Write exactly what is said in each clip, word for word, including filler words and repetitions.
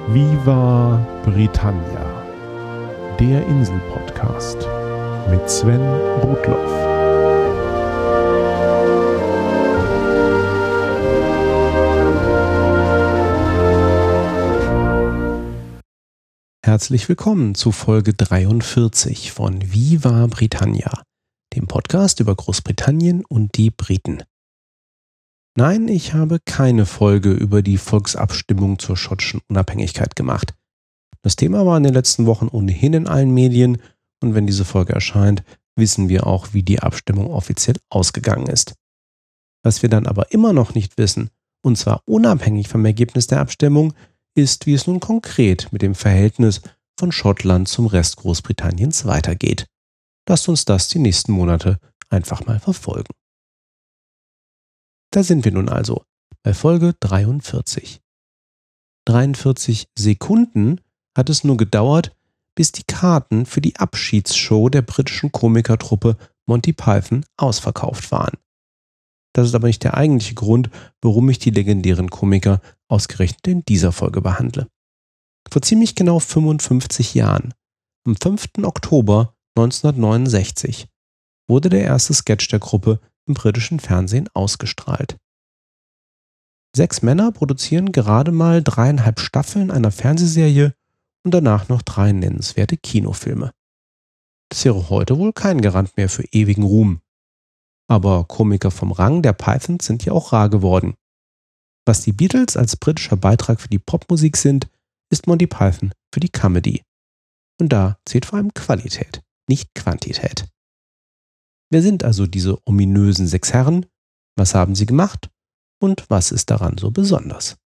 Viva Britannia, der Insel-Podcast mit Sven Rudloff. Herzlich willkommen zu Folge dreiundvierzig von Viva Britannia, dem Podcast über Großbritannien und die Briten. Nein, ich habe keine Folge über die Volksabstimmung zur schottischen Unabhängigkeit gemacht. Das Thema war in den letzten Wochen ohnehin in allen Medien und wenn diese Folge erscheint, wissen wir auch, wie die Abstimmung offiziell ausgegangen ist. Was wir dann aber immer noch nicht wissen, und zwar unabhängig vom Ergebnis der Abstimmung, ist, wie es nun konkret mit dem Verhältnis von Schottland zum Rest Großbritanniens weitergeht. Lasst uns das die nächsten Monate einfach mal verfolgen. Da sind wir nun also, bei Folge dreiundvierzig. dreiundvierzig Sekunden hat es nur gedauert, bis die Karten für die Abschiedsshow der britischen Komikertruppe Monty Python ausverkauft waren. Das ist aber nicht der eigentliche Grund, warum ich die legendären Komiker ausgerechnet in dieser Folge behandle. Vor ziemlich genau fünfundfünfzig Jahren, am fünften Oktober neunzehnhundertneunundsechzig, wurde der erste Sketch der Gruppe im britischen Fernsehen ausgestrahlt. Sechs Männer produzieren gerade mal dreieinhalb Staffeln einer Fernsehserie und danach noch drei nennenswerte Kinofilme. Das wäre heute wohl kein Garant mehr für ewigen Ruhm. Aber Komiker vom Rang der Pythons sind ja auch rar geworden. Was die Beatles als britischer Beitrag für die Popmusik sind, ist Monty Python für die Comedy. Und da zählt vor allem Qualität, nicht Quantität. Wer sind also diese ominösen sechs Herren? Was haben sie gemacht? Und was ist daran so besonders?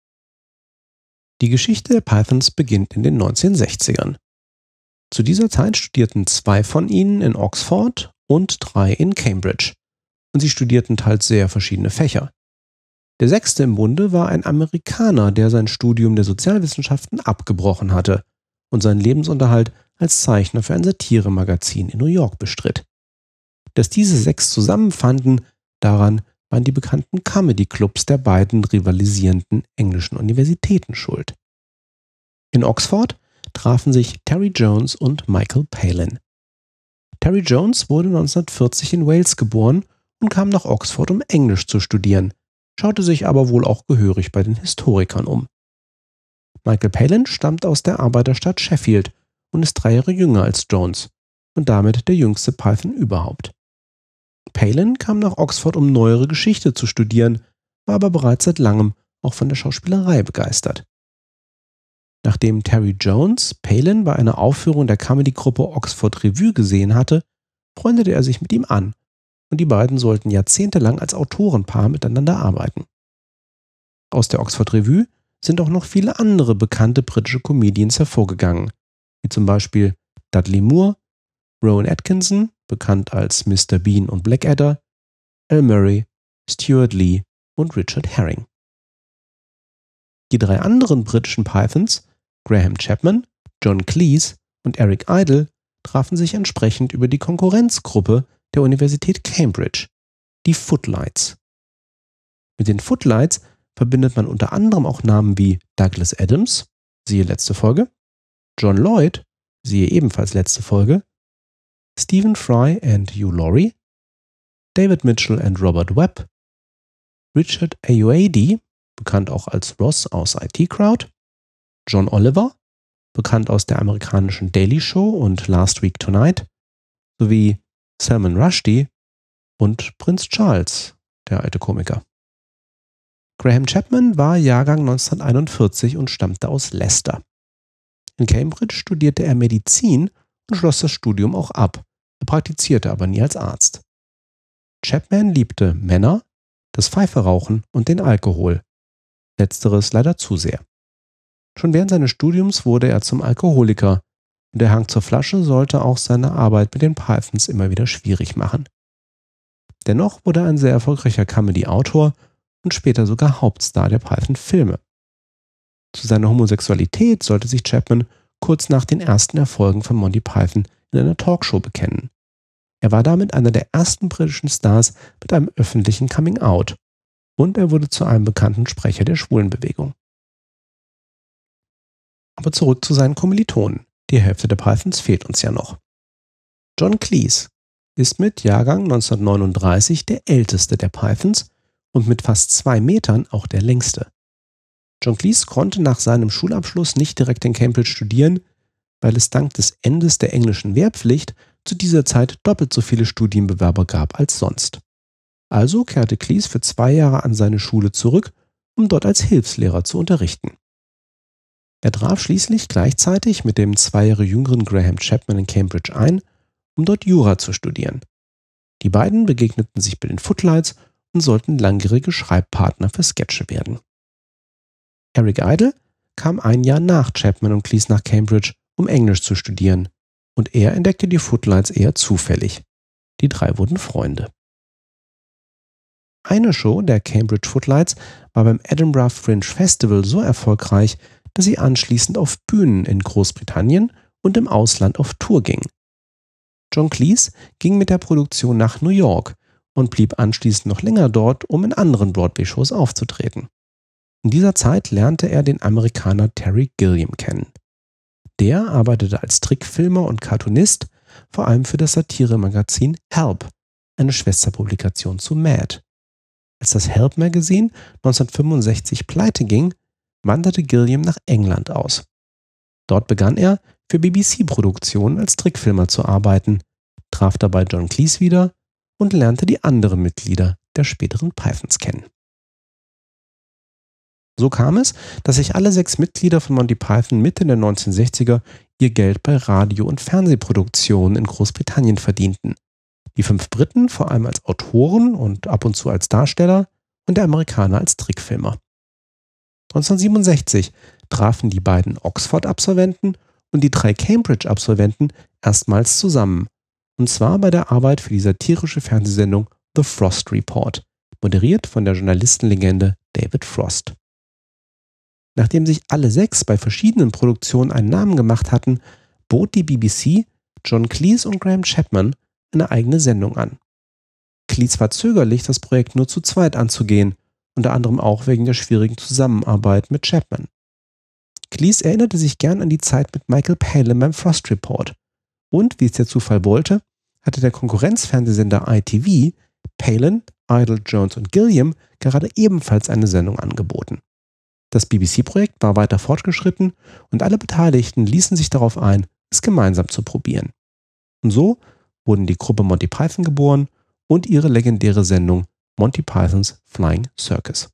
Die Geschichte der Pythons beginnt in den neunzehnhundertsechzigern. Zu dieser Zeit studierten zwei von ihnen in Oxford und drei in Cambridge. Und sie studierten teils sehr verschiedene Fächer. Der sechste im Bunde war ein Amerikaner, der sein Studium der Sozialwissenschaften abgebrochen hatte und seinen Lebensunterhalt als Zeichner für ein Satiremagazin in New York bestritt. Dass diese sechs zusammenfanden, daran waren die bekannten Comedy-Clubs der beiden rivalisierenden englischen Universitäten schuld. In Oxford trafen sich Terry Jones und Michael Palin. Terry Jones wurde neunzehnhundertvierzig in Wales geboren und kam nach Oxford, um Englisch zu studieren, schaute sich aber wohl auch gehörig bei den Historikern um. Michael Palin stammt aus der Arbeiterstadt Sheffield und ist drei Jahre jünger als Jones und damit der jüngste Python überhaupt. Palin kam nach Oxford, um neuere Geschichte zu studieren, war aber bereits seit langem auch von der Schauspielerei begeistert. Nachdem Terry Jones Palin bei einer Aufführung der Comedy-Gruppe Oxford Revue gesehen hatte, freundete er sich mit ihm an und die beiden sollten jahrzehntelang als Autorenpaar miteinander arbeiten. Aus der Oxford Revue sind auch noch viele andere bekannte britische Comedians hervorgegangen, wie zum Beispiel Dudley Moore, Rowan Atkinson, bekannt als Mister Bean und Blackadder, Al Murray, Stuart Lee und Richard Herring. Die drei anderen britischen Pythons, Graham Chapman, John Cleese und Eric Idle, trafen sich entsprechend über die Konkurrenzgruppe der Universität Cambridge, die Footlights. Mit den Footlights verbindet man unter anderem auch Namen wie Douglas Adams, siehe letzte Folge, John Lloyd, siehe ebenfalls letzte Folge, Stephen Fry and Hugh Laurie, David Mitchell and Robert Webb, Richard Ayoade, bekannt auch als Ross aus I T Crowd, John Oliver, bekannt aus der amerikanischen Daily Show und Last Week Tonight, sowie Salman Rushdie und Prinz Charles, der alte Komiker. Graham Chapman war Jahrgang neunzehnhunderteinundvierzig und stammte aus Leicester. In Cambridge studierte er Medizin und schloss das Studium auch ab. Er praktizierte aber nie als Arzt. Chapman liebte Männer, das Pfeiferauchen und den Alkohol. Letzteres leider zu sehr. Schon während seines Studiums wurde er zum Alkoholiker und der Hang zur Flasche sollte auch seine Arbeit mit den Pythons immer wieder schwierig machen. Dennoch wurde er ein sehr erfolgreicher Comedy-Autor und später sogar Hauptstar der Python-Filme. Zu seiner Homosexualität sollte sich Chapman kurz nach den ersten Erfolgen von Monty Python in einer Talkshow bekennen. Er war damit einer der ersten britischen Stars mit einem öffentlichen Coming-out und er wurde zu einem bekannten Sprecher der Schwulenbewegung. Aber zurück zu seinen Kommilitonen. Die Hälfte der Pythons fehlt uns ja noch. John Cleese ist mit Jahrgang neunzehnhundertneununddreißig der älteste der Pythons und mit fast zwei Metern auch der längste. John Cleese konnte nach seinem Schulabschluss nicht direkt in Cambridge studieren, weil es dank des Endes der englischen Wehrpflicht zu dieser Zeit doppelt so viele Studienbewerber gab als sonst. Also kehrte Cleese für zwei Jahre an seine Schule zurück, um dort als Hilfslehrer zu unterrichten. Er traf schließlich gleichzeitig mit dem zwei Jahre jüngeren Graham Chapman in Cambridge ein, um dort Jura zu studieren. Die beiden begegneten sich bei den Footlights und sollten langjährige Schreibpartner für Sketche werden. Eric Idle kam ein Jahr nach Chapman und Cleese nach Cambridge, um Englisch zu studieren, und er entdeckte die Footlights eher zufällig. Die drei wurden Freunde. Eine Show der Cambridge Footlights war beim Edinburgh Fringe Festival so erfolgreich, dass sie anschließend auf Bühnen in Großbritannien und im Ausland auf Tour ging. John Cleese ging mit der Produktion nach New York und blieb anschließend noch länger dort, um in anderen Broadway-Shows aufzutreten. In dieser Zeit lernte er den Amerikaner Terry Gilliam kennen. Der arbeitete als Trickfilmer und Cartoonist, vor allem für das Satiremagazin Help, eine Schwesterpublikation zu Mad. Als das Help-Magazin neunzehnhundertfünfundsechzig pleite ging, wanderte Gilliam nach England aus. Dort begann er, für B B C-Produktionen als Trickfilmer zu arbeiten, traf dabei John Cleese wieder und lernte die anderen Mitglieder der späteren Pythons kennen. So kam es, dass sich alle sechs Mitglieder von Monty Python Mitte der neunzehnhundertsechziger ihr Geld bei Radio- und Fernsehproduktionen in Großbritannien verdienten. Die fünf Briten vor allem als Autoren und ab und zu als Darsteller und der Amerikaner als Trickfilmer. neunzehnhundertsiebenundsechzig trafen die beiden Oxford-Absolventen und die drei Cambridge-Absolventen erstmals zusammen, und zwar bei der Arbeit für die satirische Fernsehsendung The Frost Report, moderiert von der Journalistenlegende David Frost. Nachdem sich alle sechs bei verschiedenen Produktionen einen Namen gemacht hatten, bot die B B C John Cleese und Graham Chapman eine eigene Sendung an. Cleese war zögerlich, das Projekt nur zu zweit anzugehen, unter anderem auch wegen der schwierigen Zusammenarbeit mit Chapman. Cleese erinnerte sich gern an die Zeit mit Michael Palin beim Frost Report und, wie es der Zufall wollte, hatte der Konkurrenzfernsehsender I T V Palin, Idle, Jones und Gilliam gerade ebenfalls eine Sendung angeboten. Das B B C-Projekt war weiter fortgeschritten und alle Beteiligten ließen sich darauf ein, es gemeinsam zu probieren. Und so wurden die Gruppe Monty Python geboren und ihre legendäre Sendung Monty Python's Flying Circus.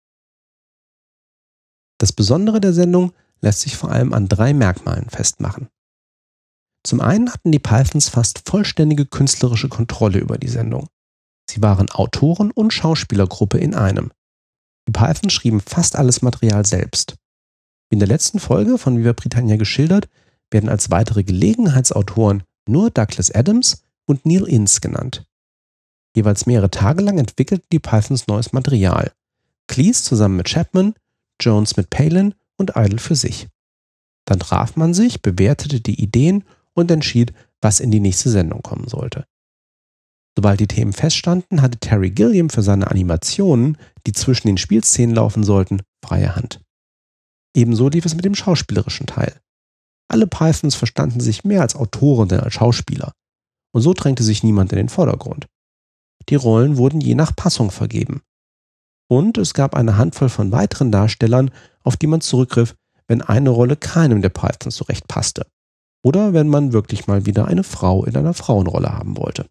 Das Besondere der Sendung lässt sich vor allem an drei Merkmalen festmachen. Zum einen hatten die Pythons fast vollständige künstlerische Kontrolle über die Sendung. Sie waren Autoren und Schauspielergruppe in einem. Die Pythons schrieben fast alles Material selbst. Wie in der letzten Folge von Viva Britannia geschildert, werden als weitere Gelegenheitsautoren nur Douglas Adams und Neil Innes genannt. Jeweils mehrere Tage lang entwickelten die Pythons neues Material. Cleese zusammen mit Chapman, Jones mit Palin und Idle für sich. Dann traf man sich, bewertete die Ideen und entschied, was in die nächste Sendung kommen sollte. Sobald die Themen feststanden, hatte Terry Gilliam für seine Animationen, die zwischen den Spielszenen laufen sollten, freie Hand. Ebenso lief es mit dem schauspielerischen Teil. Alle Pythons verstanden sich mehr als Autoren denn als Schauspieler. Und so drängte sich niemand in den Vordergrund. Die Rollen wurden je nach Passung vergeben. Und es gab eine Handvoll von weiteren Darstellern, auf die man zurückgriff, wenn eine Rolle keinem der Pythons so recht passte. Oder wenn man wirklich mal wieder eine Frau in einer Frauenrolle haben wollte.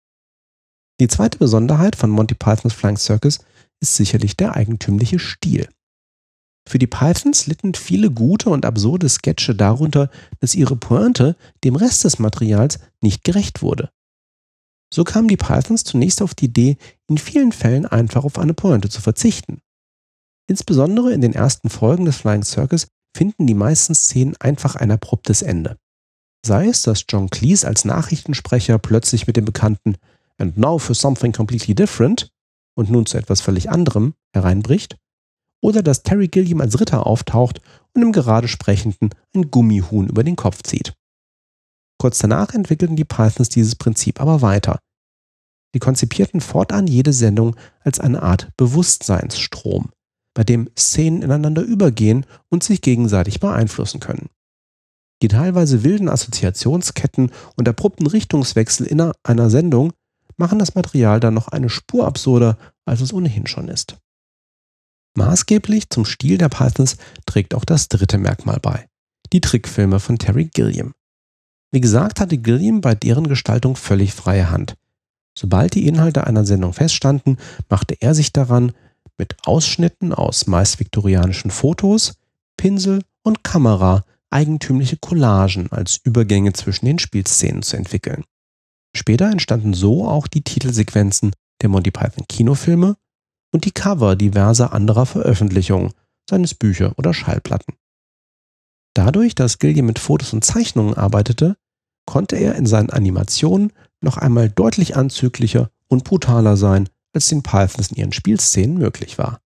Die zweite Besonderheit von Monty Python's Flying Circus ist sicherlich der eigentümliche Stil. Für die Pythons litten viele gute und absurde Sketche darunter, dass ihre Pointe dem Rest des Materials nicht gerecht wurde. So kamen die Pythons zunächst auf die Idee, in vielen Fällen einfach auf eine Pointe zu verzichten. Insbesondere in den ersten Folgen des Flying Circus finden die meisten Szenen einfach ein abruptes Ende. Sei es, dass John Cleese als Nachrichtensprecher plötzlich mit dem bekannten "And now for something completely different" und nun zu etwas völlig anderem hereinbricht, oder dass Terry Gilliam als Ritter auftaucht und im gerade Sprechenden ein Gummihuhn über den Kopf zieht. Kurz danach entwickelten die Pythons dieses Prinzip aber weiter. Sie konzipierten fortan jede Sendung als eine Art Bewusstseinsstrom, bei dem Szenen ineinander übergehen und sich gegenseitig beeinflussen können. Die teilweise wilden Assoziationsketten und abrupten Richtungswechsel in einer Sendung machen das Material dann noch eine Spur absurder, als es ohnehin schon ist. Maßgeblich zum Stil der Pythons trägt auch das dritte Merkmal bei: die Trickfilme von Terry Gilliam. Wie gesagt, hatte Gilliam bei deren Gestaltung völlig freie Hand. Sobald die Inhalte einer Sendung feststanden, machte er sich daran, mit Ausschnitten aus meist viktorianischen Fotos, Pinsel und Kamera eigentümliche Collagen als Übergänge zwischen den Spielszenen zu entwickeln. Später entstanden so auch die Titelsequenzen der Monty Python Kinofilme und die Cover diverser anderer Veröffentlichungen, seines Bücher oder Schallplatten. Dadurch, dass Gilliam mit Fotos und Zeichnungen arbeitete, konnte er in seinen Animationen noch einmal deutlich anzüglicher und brutaler sein, als den Pythons in ihren Spielszenen möglich war.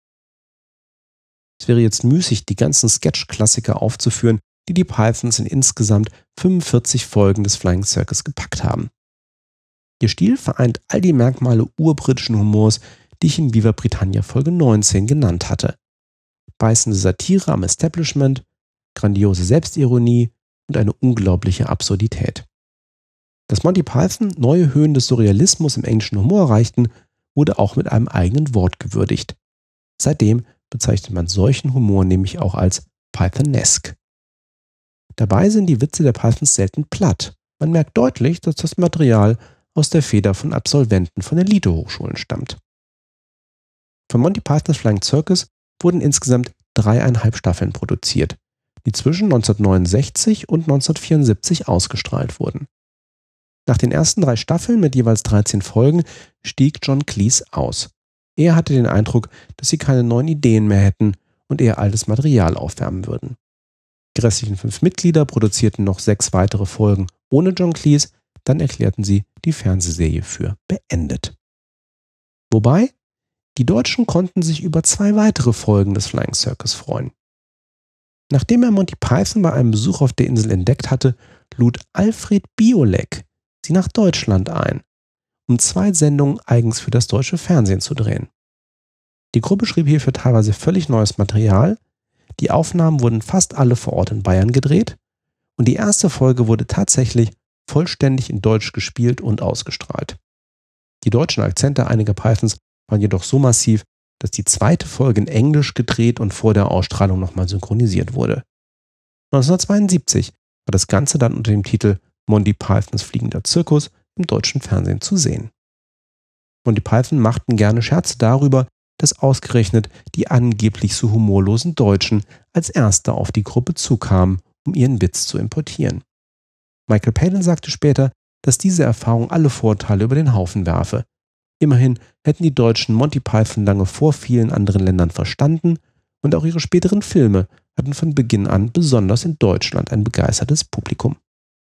Es wäre jetzt müßig, die ganzen Sketch-Klassiker aufzuführen, die die Pythons in insgesamt fünfundvierzig Folgen des Flying Circus gepackt haben. Ihr Stil vereint all die Merkmale urbritischen Humors, die ich in Viva Britannia Folge neunzehn genannt hatte. Beißende Satire am Establishment, grandiose Selbstironie und eine unglaubliche Absurdität. Dass Monty Python neue Höhen des Surrealismus im englischen Humor erreichten, wurde auch mit einem eigenen Wort gewürdigt. Seitdem bezeichnet man solchen Humor nämlich auch als Pythonesque. Dabei sind die Witze der Pythons selten platt. Man merkt deutlich, dass das Material aus der Feder von Absolventen von Elite-Hochschulen stammt. Von Monty Pythons Flying Circus wurden insgesamt dreieinhalb Staffeln produziert, die zwischen neunzehnhundertneunundsechzig und neunzehnhundertvierundsiebzig ausgestrahlt wurden. Nach den ersten drei Staffeln mit jeweils dreizehn Folgen stieg John Cleese aus. Er hatte den Eindruck, dass sie keine neuen Ideen mehr hätten und eher altes Material aufwärmen würden. Die restlichen fünf Mitglieder produzierten noch sechs weitere Folgen ohne John Cleese, dann erklärten sie die Fernsehserie für beendet. Wobei, die Deutschen konnten sich über zwei weitere Folgen des Flying Circus freuen. Nachdem er Monty Python bei einem Besuch auf der Insel entdeckt hatte, lud Alfred Biolek sie nach Deutschland ein, um zwei Sendungen eigens für das deutsche Fernsehen zu drehen. Die Gruppe schrieb hierfür teilweise völlig neues Material, die Aufnahmen wurden fast alle vor Ort in Bayern gedreht und die erste Folge wurde tatsächlich vollständig in Deutsch gespielt und ausgestrahlt. Die deutschen Akzente einiger Pythons waren jedoch so massiv, dass die zweite Folge in Englisch gedreht und vor der Ausstrahlung nochmal synchronisiert wurde. neunzehnhundertzweiundsiebzig war das Ganze dann unter dem Titel Monty Pythons fliegender Zirkus im deutschen Fernsehen zu sehen. Monty Python machten gerne Scherze darüber, dass ausgerechnet die angeblich so humorlosen Deutschen als Erste auf die Gruppe zukamen, um ihren Witz zu importieren. Michael Palin sagte später, dass diese Erfahrung alle Vorteile über den Haufen werfe. Immerhin hätten die Deutschen Monty Python lange vor vielen anderen Ländern verstanden und auch ihre späteren Filme hatten von Beginn an besonders in Deutschland ein begeistertes Publikum.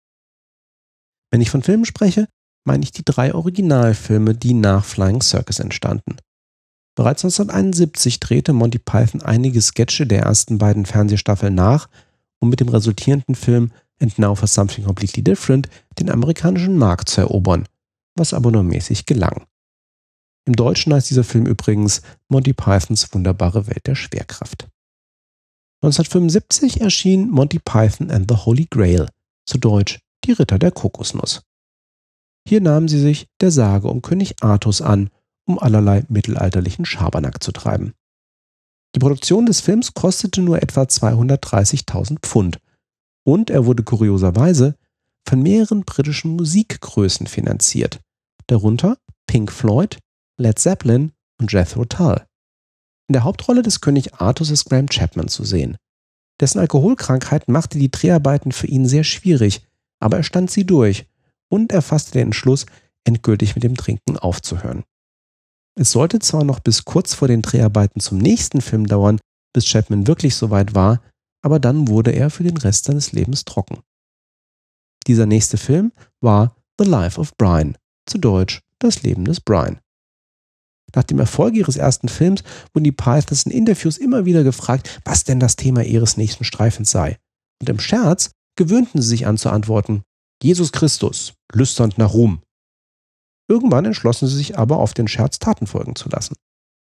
Wenn ich von Filmen spreche, meine ich die drei Originalfilme, die nach Flying Circus entstanden. Bereits neunzehnhunderteinundsiebzig drehte Monty Python einige Sketche der ersten beiden Fernsehstaffeln nach, um mit dem resultierenden Film And Now for Something Completely Different den amerikanischen Markt zu erobern, was aber nur mäßig gelang. Im Deutschen heißt dieser Film übrigens Monty Pythons wunderbare Welt der Schwerkraft. neunzehnhundertfünfundsiebzig erschien Monty Python and the Holy Grail, zu Deutsch Die Ritter der Kokosnuss. Hier nahmen sie sich der Sage um König Artus an, um allerlei mittelalterlichen Schabernack zu treiben. Die Produktion des Films kostete nur etwa zweihundertdreißigtausend Pfund und er wurde kurioserweise von mehreren britischen Musikgrößen finanziert, darunter Pink Floyd, Led Zeppelin und Jethro Tull. In der Hauptrolle des König Artus ist Graham Chapman zu sehen. Dessen Alkoholkrankheit machte die Dreharbeiten für ihn sehr schwierig, aber er stand sie durch und er fasste den Entschluss, endgültig mit dem Trinken aufzuhören. Es sollte zwar noch bis kurz vor den Dreharbeiten zum nächsten Film dauern, bis Chapman wirklich soweit war, aber dann wurde er für den Rest seines Lebens trocken. Dieser nächste Film war The Life of Brian, zu Deutsch Das Leben des Brian. Nach dem Erfolg ihres ersten Films wurden die Pythons in Interviews immer wieder gefragt, was denn das Thema ihres nächsten Streifens sei. Und im Scherz gewöhnten sie sich an zu antworten: Jesus Christus, lüsternd nach Ruhm. Irgendwann entschlossen sie sich aber, auf den Scherz Taten folgen zu lassen.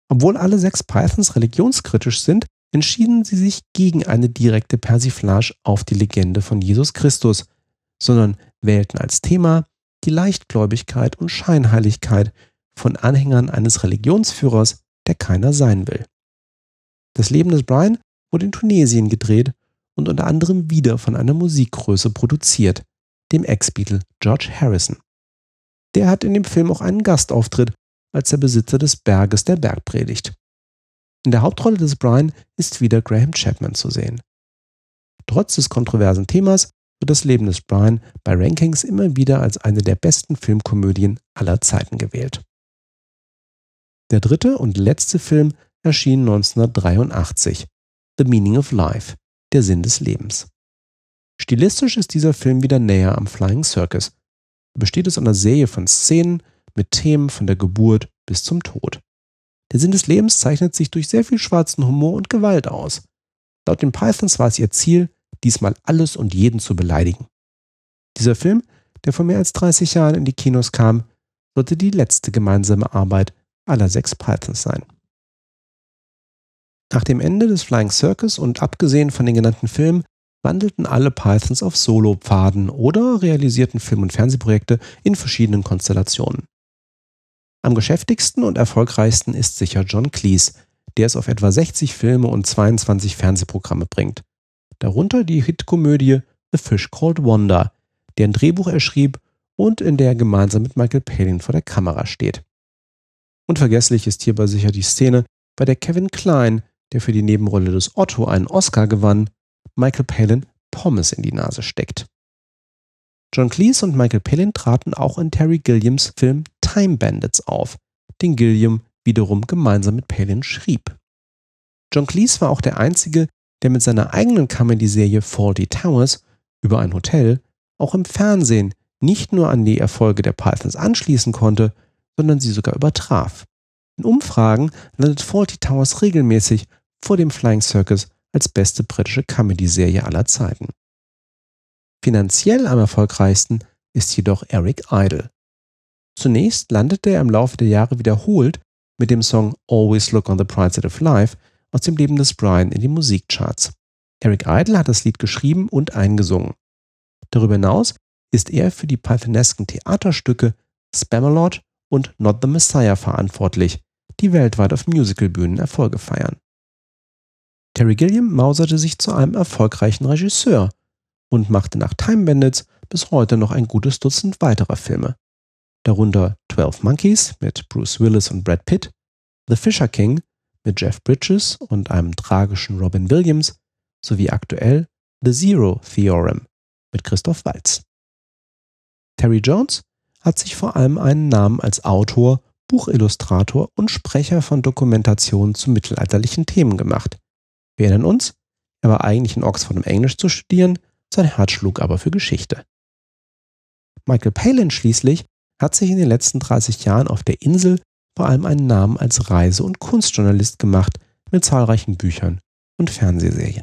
Obwohl alle sechs Pythons religionskritisch sind, entschieden sie sich gegen eine direkte Persiflage auf die Legende von Jesus Christus, sondern wählten als Thema die Leichtgläubigkeit und Scheinheiligkeit von Anhängern eines Religionsführers, der keiner sein will. Das Leben des Brian wurde in Tunesien gedreht und unter anderem wieder von einer Musikgröße produziert, dem Ex-Beatle George Harrison. Der hat in dem Film auch einen Gastauftritt als der Besitzer des Berges der Bergpredigt. In der Hauptrolle des Brian ist wieder Graham Chapman zu sehen. Trotz des kontroversen Themas wird das Leben des Brian bei Rankings immer wieder als eine der besten Filmkomödien aller Zeiten gewählt. Der dritte und letzte Film erschien neunzehnhundertdreiundachtzig, The Meaning of Life, der Sinn des Lebens. Stilistisch ist dieser Film wieder näher am Flying Circus. Er besteht aus einer Serie von Szenen mit Themen von der Geburt bis zum Tod. Der Sinn des Lebens zeichnet sich durch sehr viel schwarzen Humor und Gewalt aus. Laut den Pythons war es ihr Ziel, diesmal alles und jeden zu beleidigen. Dieser Film, der vor mehr als dreißig Jahren in die Kinos kam, sollte die letzte gemeinsame Arbeit aller sechs Pythons sein. Nach dem Ende des Flying Circus und abgesehen von den genannten Filmen wandelten alle Pythons auf Solopfaden oder realisierten Film- und Fernsehprojekte in verschiedenen Konstellationen. Am geschäftigsten und erfolgreichsten ist sicher John Cleese, der es auf etwa sechzig Filme und zweiundzwanzig Fernsehprogramme bringt. Darunter die Hitkomödie The Fish Called Wanda, deren Drehbuch er schrieb und in der er gemeinsam mit Michael Palin vor der Kamera steht. Unvergesslich ist hierbei sicher die Szene, bei der Kevin Kline, der für die Nebenrolle des Otto einen Oscar gewann, Michael Palin Pommes in die Nase steckt. John Cleese und Michael Palin traten auch in Terry Gilliams Film Time Bandits auf, den Gilliam wiederum gemeinsam mit Palin schrieb. John Cleese war auch der Einzige, der mit seiner eigenen Comedy-Serie Fawlty Towers über ein Hotel auch im Fernsehen nicht nur an die Erfolge der Pythons anschließen konnte, sondern sie sogar übertraf. In Umfragen landet Fawlty Towers regelmäßig vor dem Flying Circus als beste britische Comedy-Serie aller Zeiten. Finanziell am erfolgreichsten ist jedoch Eric Idle. Zunächst landete er im Laufe der Jahre wiederholt mit dem Song Always Look on the Bright Side of Life aus dem Leben des Brian in die Musikcharts. Eric Idle hat das Lied geschrieben und eingesungen. Darüber hinaus ist er für die pythonesken Theaterstücke Spamalot und Not the Messiah verantwortlich, die weltweit auf Musicalbühnen Erfolge feiern. Terry Gilliam mauserte sich zu einem erfolgreichen Regisseur und machte nach Time Bandits bis heute noch ein gutes Dutzend weiterer Filme. Darunter Twelve Monkeys mit Bruce Willis und Brad Pitt, The Fisher King mit Jeff Bridges und einem tragischen Robin Williams sowie aktuell The Zero Theorem mit Christoph Waltz. Terry Jones hat sich vor allem einen Namen als Autor, Buchillustrator und Sprecher von Dokumentationen zu mittelalterlichen Themen gemacht. Wir erinnern uns, er war eigentlich in Oxford, um Englisch zu studieren, sein Herz schlug aber für Geschichte. Michael Palin schließlich hat sich in den letzten dreißig Jahren auf der Insel vor allem einen Namen als Reise- und Kunstjournalist gemacht mit zahlreichen Büchern und Fernsehserien.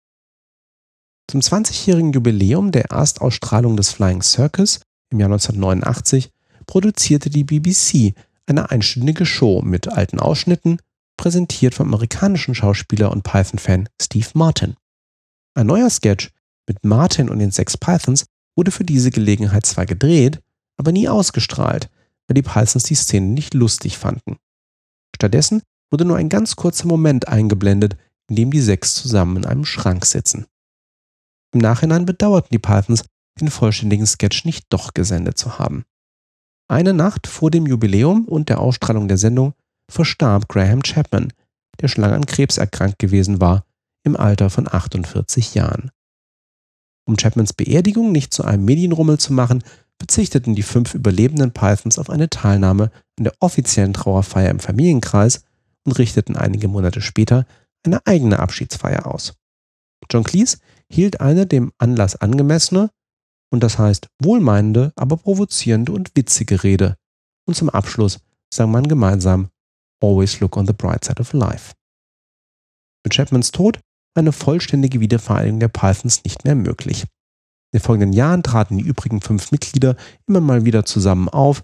Zum zwanzigjährigen Jubiläum der Erstausstrahlung des Flying Circus im Jahr neunzehnhundertneunundachtzig produzierte die B B C eine einstündige Show mit alten Ausschnitten, präsentiert vom amerikanischen Schauspieler und Python-Fan Steve Martin. Ein neuer Sketch mit Martin und den sechs Pythons wurde für diese Gelegenheit zwar gedreht, aber nie ausgestrahlt, weil die Pythons die Szene nicht lustig fanden. Stattdessen wurde nur ein ganz kurzer Moment eingeblendet, in dem die sechs zusammen in einem Schrank sitzen. Im Nachhinein bedauerten die Pythons, den vollständigen Sketch nicht doch gesendet zu haben. Eine Nacht vor dem Jubiläum und der Ausstrahlung der Sendung verstarb Graham Chapman, der schon lange an Krebs erkrankt gewesen war, im Alter von achtundvierzig Jahren. Um Chapmans Beerdigung nicht zu einem Medienrummel zu machen, verzichteten die fünf überlebenden Pythons auf eine Teilnahme an der offiziellen Trauerfeier im Familienkreis und richteten einige Monate später eine eigene Abschiedsfeier aus. John Cleese hielt eine dem Anlass angemessene und das heißt wohlmeinende, aber provozierende und witzige Rede und zum Abschluss sang man gemeinsam Always Look on the Bright Side of Life. Mit Chapmans Tod war eine vollständige Wiedervereinigung der Pythons nicht mehr möglich. In den folgenden Jahren traten die übrigen fünf Mitglieder immer mal wieder zusammen auf,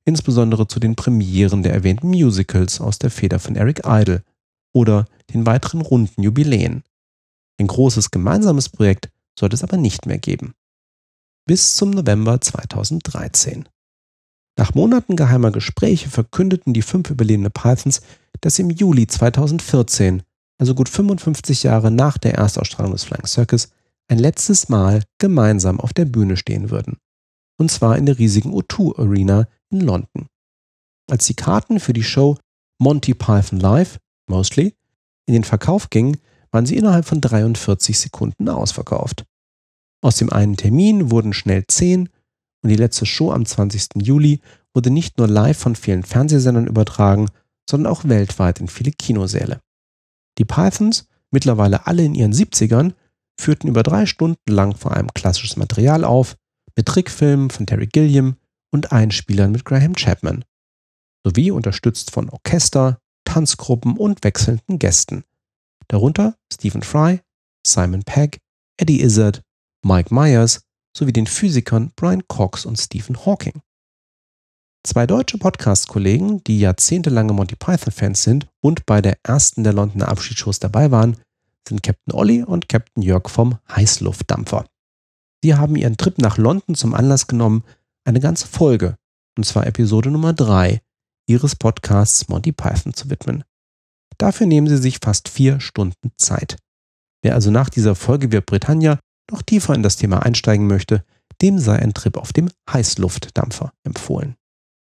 insbesondere zu den Premieren der erwähnten Musicals aus der Feder von Eric Idle oder den weiteren runden Jubiläen. Ein großes gemeinsames Projekt sollte es aber nicht mehr geben. Bis zum November zweitausenddreizehn. Nach Monaten geheimer Gespräche verkündeten die fünf überlebenden Pythons, dass sie im Juli zweitausendvierzehn, also gut fünfundfünfzig Jahre nach der Erstausstrahlung des Flying Circus, ein letztes Mal gemeinsam auf der Bühne stehen würden. Und zwar in der riesigen O zwei Arena in London. Als die Karten für die Show Monty Python Live, Mostly, in den Verkauf gingen, waren sie innerhalb von dreiundvierzig Sekunden ausverkauft. Aus dem einen Termin wurden schnell zehn und die letzte Show am zwanzigsten Juli wurde nicht nur live von vielen Fernsehsendern übertragen, sondern auch weltweit in viele Kinosäle. Die Pythons, mittlerweile alle in ihren siebzigern, führten über drei Stunden lang vor allem klassisches Material auf, mit Trickfilmen von Terry Gilliam und Einspielern mit Graham Chapman, sowie unterstützt von Orchester, Tanzgruppen und wechselnden Gästen, darunter Stephen Fry, Simon Pegg, Eddie Izzard, Mike Myers sowie den Physikern Brian Cox und Stephen Hawking. Zwei deutsche Podcast-Kollegen, die jahrzehntelange Monty Python-Fans sind und bei der ersten der Londoner Abschiedsshows dabei waren, sind Captain Olli und Captain Jörg vom Heißluftdampfer. Sie haben ihren Trip nach London zum Anlass genommen, eine ganze Folge, und zwar Episode Nummer drei, ihres Podcasts Monty Python zu widmen. Dafür nehmen sie sich fast vier Stunden Zeit. Wer also nach dieser Folge wie Britannia noch tiefer in das Thema einsteigen möchte, dem sei ein Trip auf dem Heißluftdampfer empfohlen.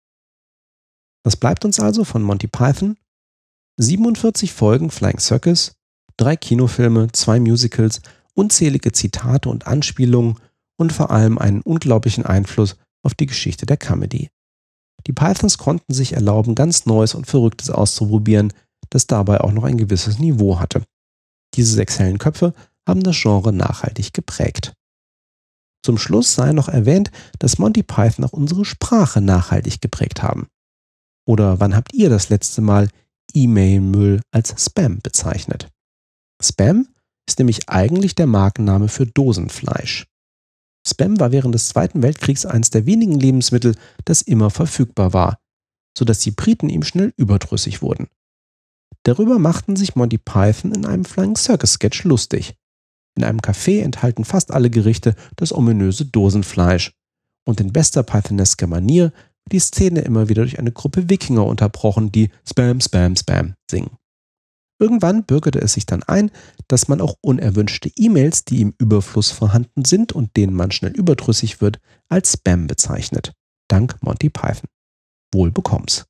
Was bleibt uns also von Monty Python? siebenundvierzig Folgen Flying Circus, drei Kinofilme, zwei Musicals, unzählige Zitate und Anspielungen und vor allem einen unglaublichen Einfluss auf die Geschichte der Comedy. Die Pythons konnten sich erlauben, ganz Neues und Verrücktes auszuprobieren, das dabei auch noch ein gewisses Niveau hatte. Diese sechs hellen Köpfe haben das Genre nachhaltig geprägt. Zum Schluss sei noch erwähnt, dass Monty Python auch unsere Sprache nachhaltig geprägt haben. Oder wann habt ihr das letzte Mal E-Mail-Müll als Spam bezeichnet? Spam ist nämlich eigentlich der Markenname für Dosenfleisch. Spam war während des Zweiten Weltkriegs eines der wenigen Lebensmittel, das immer verfügbar war, sodass die Briten ihm schnell überdrüssig wurden. Darüber machten sich Monty Python in einem Flying Circus Sketch lustig. In einem Café enthalten fast alle Gerichte das ominöse Dosenfleisch. Und in bester Pythonesker Manier wird die Szene immer wieder durch eine Gruppe Wikinger unterbrochen, die Spam, Spam, Spam singen. Irgendwann bürgerte es sich dann ein, dass man auch unerwünschte E-Mails, die im Überfluss vorhanden sind und denen man schnell überdrüssig wird, als Spam bezeichnet. Dank Monty Python. Wohl bekomm's.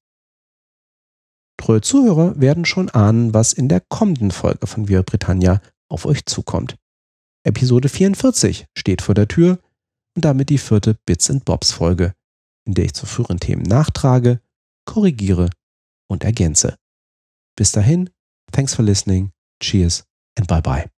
Treue Zuhörer werden schon ahnen, was in der kommenden Folge von Via Britannia auf euch zukommt. Episode vierundvierzig steht vor der Tür und damit die vierte Bits and Bobs Folge, in der ich zu früheren Themen nachtrage, korrigiere und ergänze. Bis dahin, thanks for listening, cheers and bye bye.